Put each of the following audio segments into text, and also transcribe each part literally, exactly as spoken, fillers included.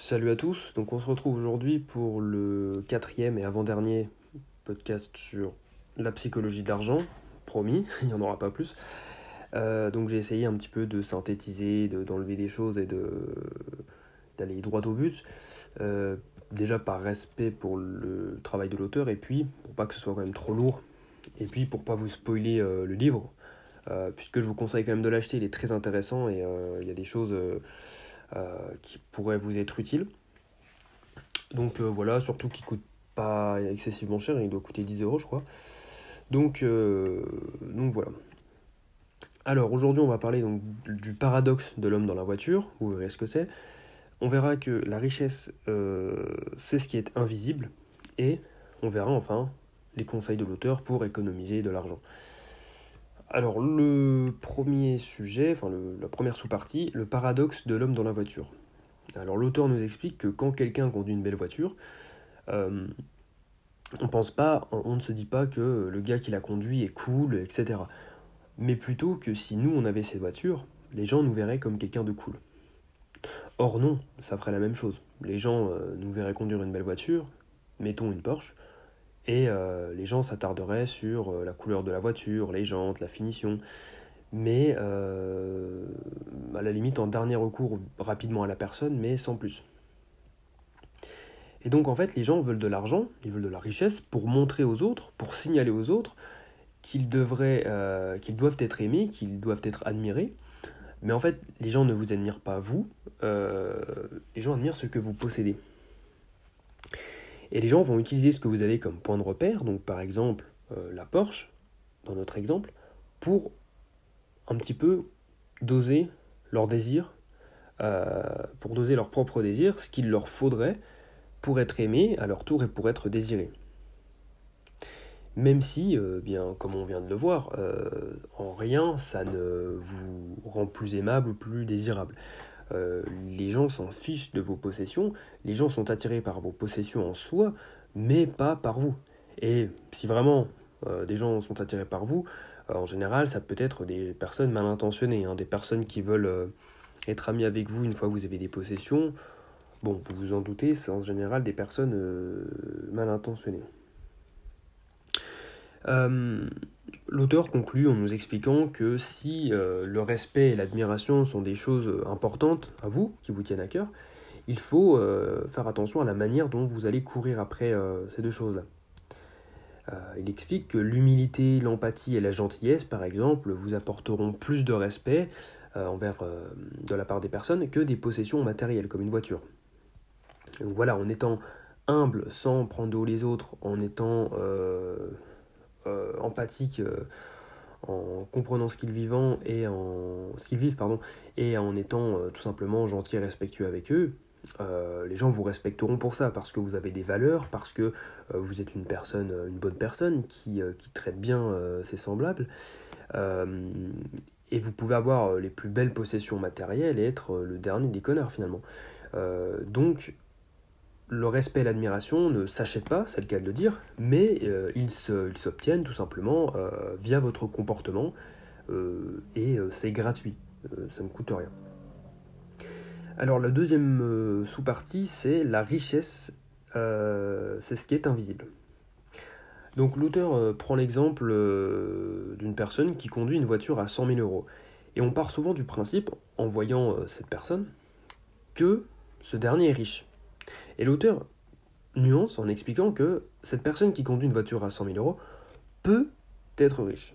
Salut à tous, donc on se retrouve aujourd'hui pour le quatrième et avant-dernier podcast sur la psychologie de l'argent, promis, il n'y en aura pas plus. Euh, donc j'ai essayé un petit peu de synthétiser, de, d'enlever des choses et de, d'aller droit au but, euh, déjà par respect pour le travail de l'auteur et puis pour pas que ce soit quand même trop lourd, et puis pour pas vous spoiler euh, le livre, euh, puisque je vous conseille quand même de l'acheter, il est très intéressant et euh, il y a des choses euh, euh, qui pourraient vous être utiles. Donc euh, voilà, surtout qu'il coûte pas excessivement cher, il doit coûter dix euros je crois. Donc, euh, donc voilà. Alors aujourd'hui on va parler donc du paradoxe de l'homme dans la voiture, vous verrez ce que c'est. On verra que la richesse euh, c'est ce qui est invisible et on verra enfin les conseils de l'auteur pour économiser de l'argent. Alors le premier sujet, enfin le- la première sous-partie, le paradoxe de l'homme dans la voiture. Alors l'auteur nous explique que quand quelqu'un conduit une belle voiture, euh, on pense pas, on ne se dit pas que le gars qui la conduit est cool, et cetera. Mais plutôt que si nous on avait cette voiture, les gens nous verraient comme quelqu'un de cool. Or non, ça ferait la même chose. Les gens euh, nous verraient conduire une belle voiture, mettons une Porsche, et euh, les gens s'attarderaient sur euh, la couleur de la voiture, les jantes, la finition, mais euh, à la limite en dernier recours rapidement à la personne, mais sans plus. Et donc en fait les gens veulent de l'argent, ils veulent de la richesse pour montrer aux autres, pour signaler aux autres qu'ils devraient, euh, qu'ils doivent être aimés, qu'ils doivent être admirés. Mais en fait, les gens ne vous admirent pas vous, euh, les gens admirent ce que vous possédez. Et les gens vont utiliser ce que vous avez comme point de repère, donc par exemple euh, la Porsche, dans notre exemple, pour un petit peu doser leurs désirs, euh, pour doser leurs propres désirs, ce qu'il leur faudrait pour être aimé à leur tour et pour être désiré. Même si, euh, bien, comme on vient de le voir, euh, en rien ça ne vous rend plus aimable ou plus désirable. Euh, les gens s'en fichent de vos possessions, les gens sont attirés par vos possessions en soi, mais pas par vous. Et si vraiment euh, des gens sont attirés par vous, euh, en général, ça peut être des personnes mal intentionnées, hein, des personnes qui veulent euh, être amies avec vous une fois que vous avez des possessions. Bon, vous vous en doutez, c'est en général des personnes euh, mal intentionnées. Euh, L'auteur conclut en nous expliquant que si euh, le respect et l'admiration sont des choses importantes à vous, qui vous tiennent à cœur, il faut euh, faire attention à la manière dont vous allez courir après euh, ces deux choses-là. Euh, il explique que l'humilité, l'empathie et la gentillesse, par exemple, vous apporteront plus de respect euh, envers, euh, de la part des personnes que des possessions matérielles, comme une voiture. Donc voilà, en étant humble sans prendre de haut les autres, en étant euh, euh, empathique, euh, en comprenant ce qu'ils vivent et en ce qu'ils vivent pardon et en étant euh, tout simplement gentil et respectueux avec eux, euh, les gens vous respecteront pour ça parce que vous avez des valeurs, parce que euh, vous êtes une personne, une bonne personne qui, euh, qui traite bien euh, ses semblables. Euh, et vous pouvez avoir les plus belles possessions matérielles et être le dernier des connards finalement. Euh, donc le respect et l'admiration ne s'achètent pas, c'est le cas de le dire, mais euh, ils, se, ils s'obtiennent tout simplement euh, via votre comportement euh, et euh, c'est gratuit, euh, ça ne coûte rien. Alors la deuxième euh, sous-partie, c'est la richesse, euh, c'est ce qui est invisible. Donc l'auteur euh, prend l'exemple euh, d'une personne qui conduit une voiture à cent mille euros. Et on part souvent du principe, en voyant euh, cette personne, que ce dernier est riche. Et l'auteur nuance en expliquant que cette personne qui conduit une voiture à cent mille euros peut être riche.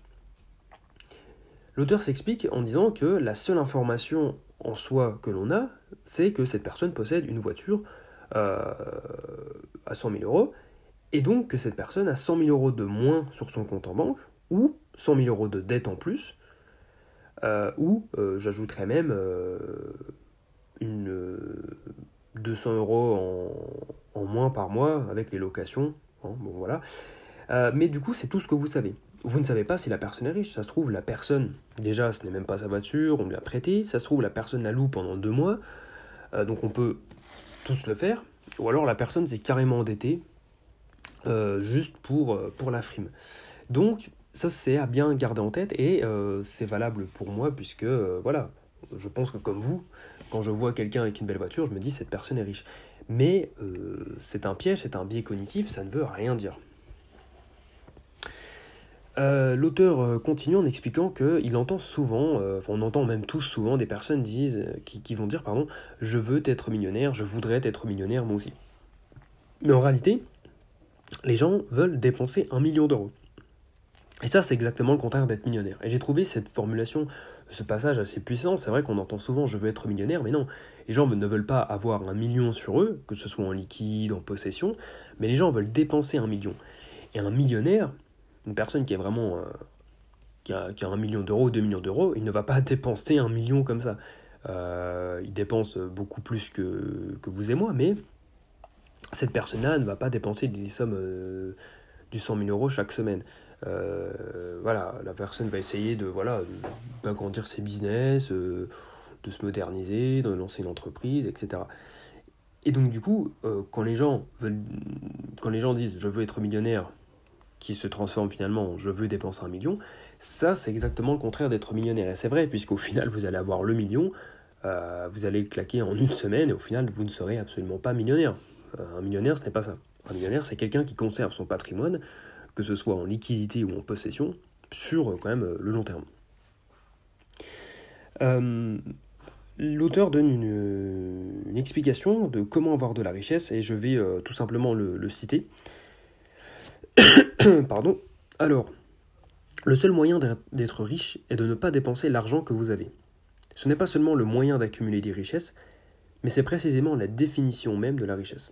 L'auteur s'explique en disant que la seule information en soi que l'on a, c'est que cette personne possède une voiture euh, à cent mille euros, et donc que cette personne a cent mille euros de moins sur son compte en banque, ou cent mille euros de dette en plus, euh, ou euh, j'ajouterais même euh, une, euh, deux cents euros en, en moins par mois avec les locations. Hein, bon, voilà. Euh, mais du coup, c'est tout ce que vous savez. Vous ne savez pas si la personne est riche. Ça se trouve, la personne, déjà, ce n'est même pas sa voiture, on lui a prêté. Ça se trouve, la personne la loue pendant deux mois. Euh, donc on peut tous le faire. Ou alors la personne s'est carrément endettée, euh, juste pour, euh, pour la frime. Donc, ça, c'est à bien garder en tête. Et euh, c'est valable pour moi, puisque, euh, voilà, je pense que comme vous, Quand je vois quelqu'un avec une belle voiture, je me dis cette personne est riche. Mais euh, c'est un piège, c'est un biais cognitif, ça ne veut rien dire. Euh, l'auteur euh, continue en expliquant qu'il entend souvent, euh, on entend même tous souvent des personnes disent, euh, qui, qui vont dire pardon, je veux être millionnaire, je voudrais être millionnaire moi aussi. Mais en réalité, les gens veulent dépenser un million d'euros. Et ça, c'est exactement le contraire d'être millionnaire. Et j'ai trouvé cette formulation, ce passage assez puissant. C'est vrai qu'on entend souvent je veux être millionnaire, mais non, les gens ne veulent pas avoir un million sur eux, que ce soit en liquide, en possession, mais les gens veulent dépenser un million. Et un millionnaire, une personne qui est vraiment euh, qui, a, qui a un million d'euros, deux millions d'euros, il ne va pas dépenser un million comme ça. Euh, il dépense beaucoup plus que, que vous et moi, mais cette personne-là ne va pas dépenser des sommes euh, du cent mille euros chaque semaine. Euh, voilà, la personne va essayer de voilà d'agrandir ses business, euh, de se moderniser, de lancer une entreprise, et cetera. Et donc du coup, euh, quand les gens veulent, quand les gens disent je veux être millionnaire, qui se transforme finalement en je veux dépenser un million, ça c'est exactement le contraire d'être millionnaire. Et c'est vrai, puisqu'au final vous allez avoir le million, euh, vous allez le claquer en une semaine, et au final vous ne serez absolument pas millionnaire. Euh, un millionnaire, ce n'est pas ça. Un millionnaire, c'est quelqu'un qui conserve son patrimoine, que ce soit en liquidité ou en possession, sur euh, quand même euh, le long terme. Euh, L'auteur donne une, une explication de comment avoir de la richesse, et je vais euh, tout simplement le, le citer. Pardon. Alors, le seul moyen d'être riche est de ne pas dépenser l'argent que vous avez. Ce n'est pas seulement le moyen d'accumuler des richesses, mais c'est précisément la définition même de la richesse.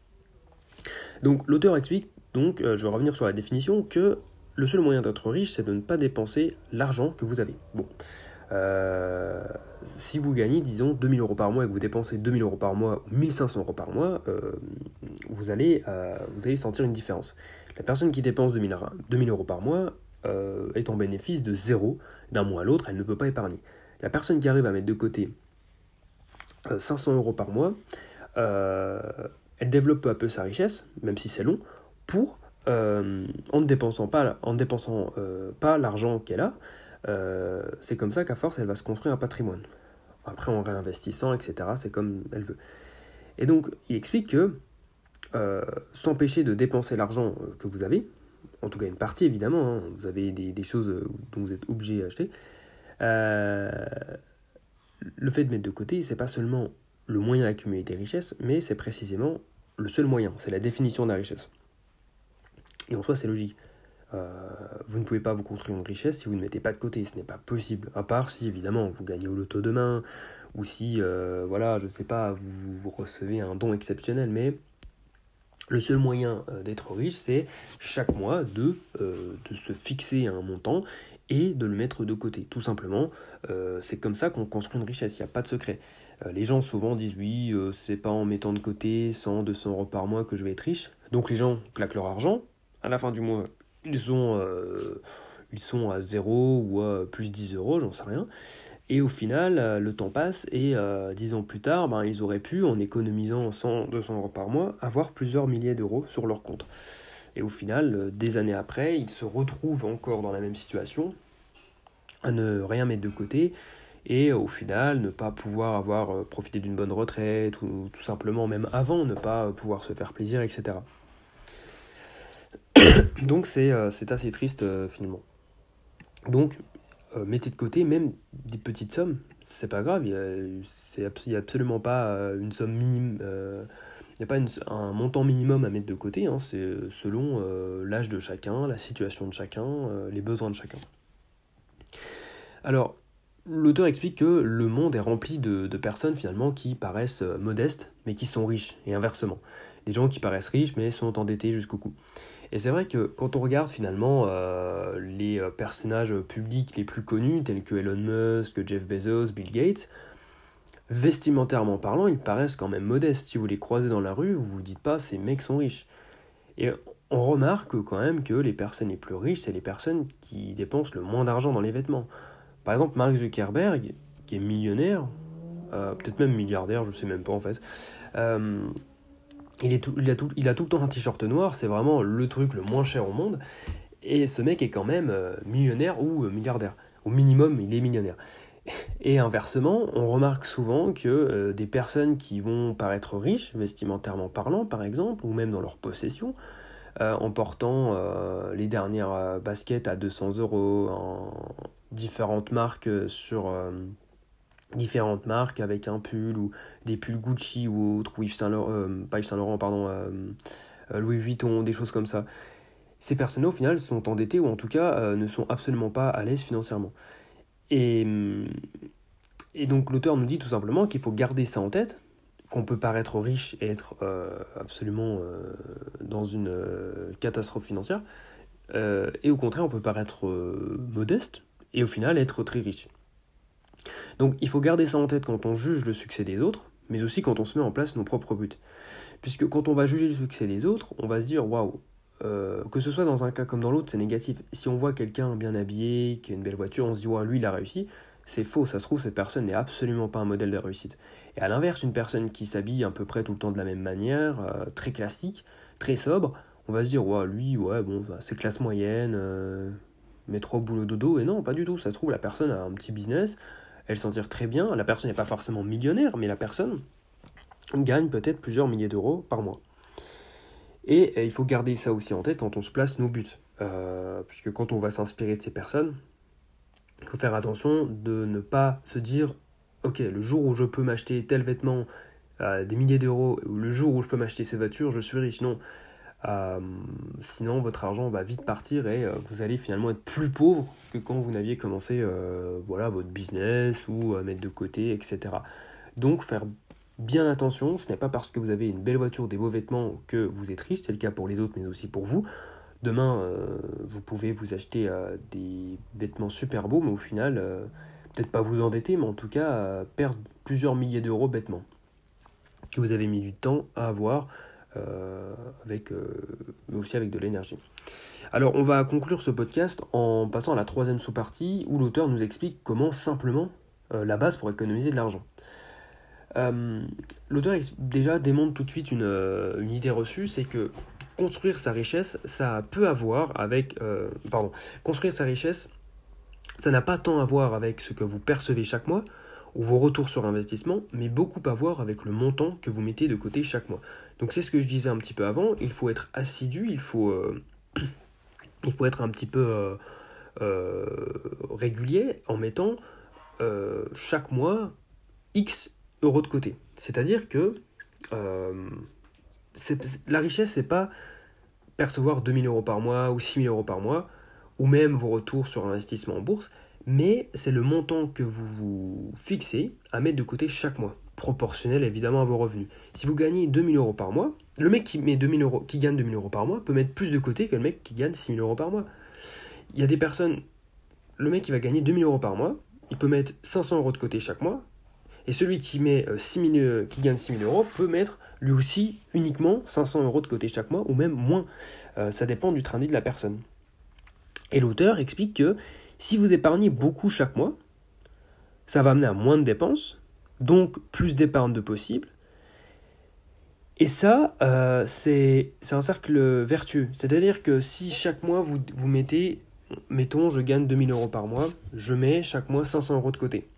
Donc l'auteur explique, donc, euh, je vais revenir sur la définition, que le seul moyen d'être riche, c'est de ne pas dépenser l'argent que vous avez. Bon, euh, si vous gagnez, disons, deux mille euros par mois et que vous dépensez deux mille euros par mois ou mille cinq cents euros par mois, euh, vous, allez, euh, vous allez sentir une différence. La personne qui dépense deux mille euros par mois euh, est en bénéfice de zéro d'un mois à l'autre, elle ne peut pas épargner. La personne qui arrive à mettre de côté euh, cinq cents euros par mois, euh, elle développe peu à peu sa richesse, même si c'est long, pour, euh, en ne dépensant pas, en ne dépensant, euh, pas l'argent qu'elle a, euh, c'est comme ça qu'à force, elle va se construire un patrimoine. Après, en réinvestissant, et cetera, c'est comme elle veut. Et donc, il explique que euh, s'empêcher de dépenser l'argent que vous avez, en tout cas une partie évidemment, hein, vous avez des, des choses dont vous êtes obligé d'acheter, euh, le fait de mettre de côté, c'est pas seulement le moyen d'accumuler des richesses, mais c'est précisément le seul moyen, c'est la définition de la richesse. Et en soi, c'est logique. Euh, vous ne pouvez pas vous construire une richesse si vous ne mettez pas de côté, ce n'est pas possible. À part si, évidemment, vous gagnez au loto demain, ou si, euh, voilà, je sais pas, vous, vous recevez un don exceptionnel, mais le seul moyen euh, d'être riche, c'est chaque mois de, euh, de se fixer un montant et de le mettre de côté. Tout simplement, euh, c'est comme ça qu'on construit une richesse, il n'y a pas de secret. Euh, les gens souvent disent oui, euh, c'est pas en mettant de côté cent, deux cents euros par mois que je vais être riche. Donc les gens claquent leur argent, à la fin du mois, ils sont, euh, ils sont à zéro ou à plus dix euros, j'en sais rien. Et au final, euh, le temps passe et euh, dix ans plus tard, ben, ils auraient pu, en économisant cent, deux cents euros par mois, avoir plusieurs milliers d'euros sur leur compte. Et au final, euh, des années après, ils se retrouvent encore dans la même situation, à ne rien mettre de côté, et euh, au final, ne pas pouvoir avoir euh, profité d'une bonne retraite, ou tout simplement, même avant, ne pas pouvoir se faire plaisir, et cetera. Donc c'est, euh, c'est assez triste, euh, finalement. Donc, Euh, mettez de côté même des petites sommes, c'est pas grave, il n'y a, a absolument pas euh, une somme minime, il euh, n'y a pas une, un montant minimum à mettre de côté, hein, c'est selon euh, l'âge de chacun, la situation de chacun, euh, les besoins de chacun. Alors, l'auteur explique que le monde est rempli de, de personnes finalement qui paraissent modestes mais qui sont riches, et inversement. Des gens qui paraissent riches mais sont endettés jusqu'au cou. Et c'est vrai que quand on regarde finalement euh, les personnages publics les plus connus, tels que Elon Musk, Jeff Bezos, Bill Gates, vestimentairement parlant, ils paraissent quand même modestes. Si vous les croisez dans la rue, vous vous dites pas ces mecs sont riches. Et on remarque quand même que les personnes les plus riches, c'est les personnes qui dépensent le moins d'argent dans les vêtements. Par exemple, Mark Zuckerberg, qui est millionnaire, euh, peut-être même milliardaire, je sais même pas en fait, euh, Il, est tout, il, a tout, il a tout le temps un t-shirt noir, c'est vraiment le truc le moins cher au monde. Et ce mec est quand même euh, millionnaire ou euh, milliardaire. Au minimum, il est millionnaire. Et inversement, on remarque souvent que euh, des personnes qui vont paraître riches, vestimentairement parlant par exemple, ou même dans leur possession, euh, en portant euh, les dernières euh, baskets à deux cents euros, en différentes marques euh, sur euh, différentes marques avec un pull ou des pulls Gucci ou autres, ou Yves Saint Laurent, euh, pas Yves Saint Laurent, pardon, euh, euh, Louis Vuitton, des choses comme ça. Ces personnes au final sont endettées ou en tout cas euh, ne sont absolument pas à l'aise financièrement. Et, et donc l'auteur nous dit tout simplement qu'il faut garder ça en tête, qu'on peut paraître riche et être euh, absolument euh, dans une euh, catastrophe financière, euh, et au contraire on peut paraître euh, modeste et au final être très riche. Donc il faut garder ça en tête quand on juge le succès des autres, mais aussi quand on se met en place nos propres buts. Puisque quand on va juger le succès des autres, on va se dire waouh, euh, que ce soit dans un cas comme dans l'autre, c'est négatif. Si on voit quelqu'un bien habillé, qui a une belle voiture, on se dit waouh, lui il a réussi. C'est faux, ça se trouve, cette personne n'est absolument pas un modèle de réussite. Et à l'inverse, une personne qui s'habille à peu près tout le temps de la même manière, euh, très classique, très sobre, on va se dire waouh, lui, ouais, bon, c'est classe moyenne, euh, métro boulot dodo. Et non, pas du tout. Ça se trouve, la personne a un petit business, elle s'en tire très bien. La personne n'est pas forcément millionnaire, mais la personne gagne peut-être plusieurs milliers d'euros par mois. Et euh, il faut garder ça aussi en tête quand on se place nos buts. Euh, puisque quand on va s'inspirer de ces personnes, il faut faire attention de ne pas se dire « Ok, le jour où je peux m'acheter tel vêtement à des milliers d'euros, ou le jour où je peux m'acheter ces voitures, je suis riche. » Non. Euh, sinon, votre argent va vite partir et euh, vous allez finalement être plus pauvre que quand vous n'aviez commencé euh, voilà, votre business ou euh, mettre de côté, et cetera. Donc, faire bien attention, ce n'est pas parce que vous avez une belle voiture, des beaux vêtements que vous êtes riche, c'est le cas pour les autres mais aussi pour vous. Demain, euh, vous pouvez vous acheter euh, des vêtements super beaux, mais au final, euh, peut-être pas vous endetter, mais en tout cas, euh, perdre plusieurs milliers d'euros bêtement, que vous avez mis du temps à avoir, euh, avec, euh, mais aussi avec de l'énergie. Alors, on va conclure ce podcast en passant à la troisième sous-partie, où l'auteur nous explique comment simplement euh, la base pour économiser de l'argent. Euh, l'auteur déjà démontre tout de suite une, euh, une idée reçue, c'est que construire sa richesse, ça peut avoir avec... Euh, pardon, construire sa richesse, ça n'a pas tant à voir avec ce que vous percevez chaque mois, ou vos retours sur investissement, mais beaucoup à voir avec le montant que vous mettez de côté chaque mois. Donc c'est ce que je disais un petit peu avant, il faut être assidu, il faut, euh, il faut être un petit peu euh, euh, régulier en mettant euh, chaque mois X euros de côté. C'est-à-dire que euh, c'est, la richesse, c'est pas percevoir deux mille euros par mois ou six mille euros par mois, ou même vos retours sur investissement en bourse, mais c'est le montant que vous vous fixez à mettre de côté chaque mois, proportionnel évidemment à vos revenus. Si vous gagnez deux mille euros par mois, le mec qui, met deux mille euros, qui gagne deux mille euros par mois peut mettre plus de côté que le mec qui gagne six mille euros par mois. Il y a des personnes, le mec qui va gagner deux mille euros par mois, il peut mettre cinq cents euros de côté chaque mois, et celui qui, met six mille, qui gagne six mille euros peut mettre lui aussi uniquement cinq cents euros de côté chaque mois, ou même moins. Euh, ça dépend du train de vie de la personne. Et l'auteur explique que si vous épargnez beaucoup chaque mois, ça va amener à moins de dépenses, donc plus d'épargne de possible. Et ça, euh, c'est, c'est un cercle vertueux. C'est-à-dire que si chaque mois vous, vous mettez, mettons je gagne deux mille euros par mois, je mets chaque mois cinq cents euros de côté.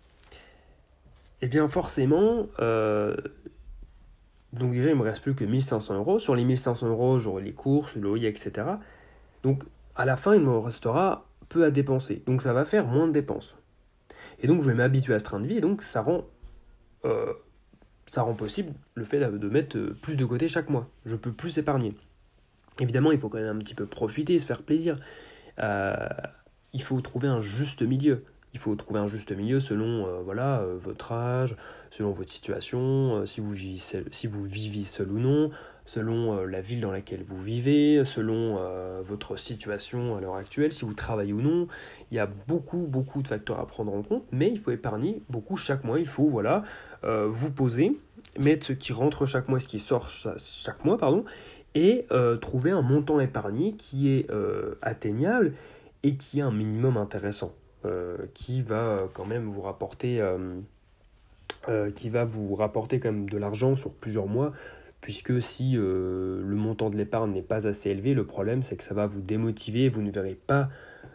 Eh bien forcément, euh, donc déjà il me reste plus que mille cinq cents euros. Sur les mille cinq cents euros, j'aurai les courses, le loyer, et cetera. Donc à la fin, il me restera peu à dépenser. Donc ça va faire moins de dépenses. Et donc je vais m'habituer à ce train de vie, et donc ça rend, euh, ça rend possible le fait de mettre plus de côté chaque mois. Je peux plus épargner. Évidemment, il faut quand même un petit peu profiter, se faire plaisir. Euh, il faut trouver un juste milieu. Il faut trouver un juste milieu selon euh, voilà, euh, votre âge, selon votre situation, euh, si, vous vivez seul, si vous vivez seul ou non, selon euh, la ville dans laquelle vous vivez, selon euh, votre situation à l'heure actuelle, si vous travaillez ou non. Il y a beaucoup, beaucoup de facteurs à prendre en compte, mais il faut épargner beaucoup chaque mois. Il faut voilà, euh, vous poser, mettre ce qui rentre chaque mois et ce qui sort chaque mois, pardon, et euh, trouver un montant épargné qui est euh, atteignable et qui est un minimum intéressant. Euh, qui va quand même vous rapporter euh, euh, qui va vous rapporter quand même de l'argent sur plusieurs mois, puisque si euh, le montant de l'épargne n'est pas assez élevé, le problème c'est que ça va vous démotiver, vous ne verrez pas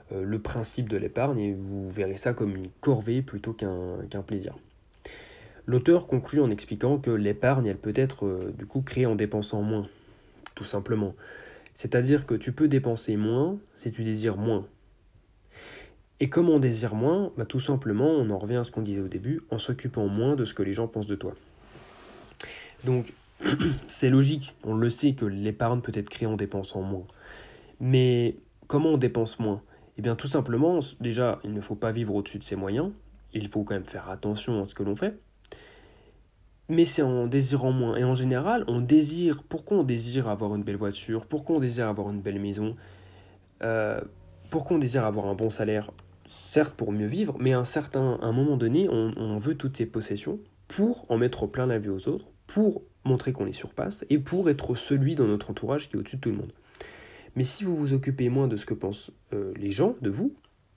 euh, le principe de l'épargne et vous verrez ça comme une corvée plutôt qu'un, qu'un plaisir. L'auteur conclut en expliquant que l'épargne, elle peut être euh, du coup créée en dépensant moins, tout simplement. C'est-à-dire que tu peux dépenser moins si tu désires moins. Et comme on désire moins, bah, tout simplement, on en revient à ce qu'on disait au début, en s'occupant moins de ce que les gens pensent de toi. Donc, c'est logique, on le sait que l'épargne peut être créée en dépensant moins. Mais comment on dépense moins ? Eh bien, tout simplement, déjà, il ne faut pas vivre au-dessus de ses moyens, il faut quand même faire attention à ce que l'on fait. Mais c'est en désirant moins. Et en général, on désire. Pourquoi on désire avoir une belle voiture ? Pourquoi on désire avoir une belle maison ? euh, Pourquoi on désire avoir un bon salaire ? Certes pour mieux vivre, mais à un certain à un moment donné, on, on veut toutes ces possessions pour en mettre plein la vue aux autres, pour montrer qu'on les surpasse et pour être celui dans notre entourage qui est au-dessus de tout le monde. Mais si vous vous occupez moins de ce que pensent euh, les gens de vous,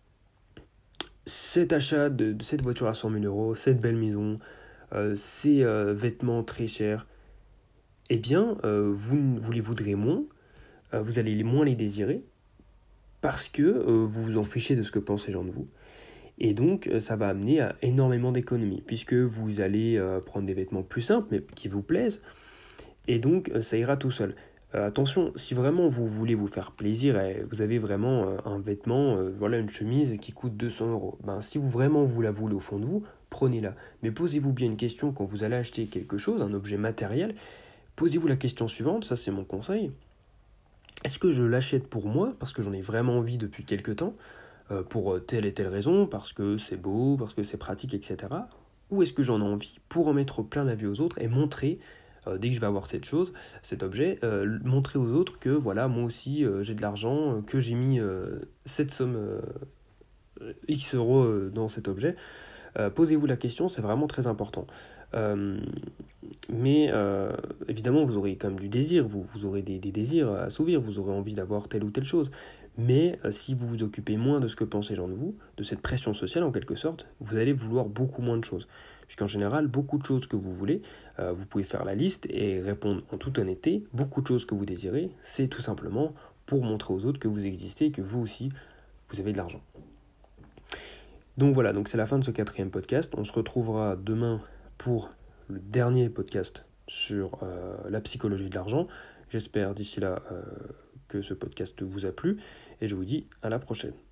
cet achat de, de cette voiture à cent mille euros, cette belle maison, euh, ces euh, vêtements très chers, eh bien, euh, vous, vous les voudrez moins, euh, vous allez moins les désirer, parce que euh, vous vous en fichez de ce que pensent les gens de vous. Et donc, euh, ça va amener à énormément d'économies, puisque vous allez euh, prendre des vêtements plus simples, mais qui vous plaisent, et donc euh, ça ira tout seul. Euh, attention, si vraiment vous voulez vous faire plaisir et vous avez vraiment euh, un vêtement, euh, voilà une chemise qui coûte deux cents euros, ben, si vous vraiment vous la voulez au fond de vous, prenez-la. Mais posez-vous bien une question quand vous allez acheter quelque chose, un objet matériel, posez-vous la question suivante, ça c'est mon conseil. Est-ce que je l'achète pour moi, parce que j'en ai vraiment envie depuis quelque temps, euh, pour telle et telle raison, parce que c'est beau, parce que c'est pratique, et cetera. Ou est-ce que j'en ai envie pour en mettre plein la vue aux autres et montrer, euh, dès que je vais avoir cette chose, cet objet, euh, montrer aux autres que voilà, moi aussi euh, j'ai de l'argent, euh, que j'ai mis euh, cette somme euh, X euros euh, dans cet objet. Euh, posez-vous la question, c'est vraiment très important. Euh, mais euh, évidemment, vous aurez quand même du désir, vous, vous aurez des, des désirs à assouvir, vous aurez envie d'avoir telle ou telle chose. Mais euh, si vous vous occupez moins de ce que pensent les gens de vous, de cette pression sociale en quelque sorte, vous allez vouloir beaucoup moins de choses. Puisqu'en général, beaucoup de choses que vous voulez, euh, vous pouvez faire la liste et répondre en toute honnêteté, beaucoup de choses que vous désirez, c'est tout simplement pour montrer aux autres que vous existez et que vous aussi, vous avez de l'argent. Donc voilà, donc c'est la fin de ce quatrième podcast. On se retrouvera demain pour le dernier podcast sur euh, la psychologie de l'argent. J'espère d'ici là euh, que ce podcast vous a plu et je vous dis à la prochaine.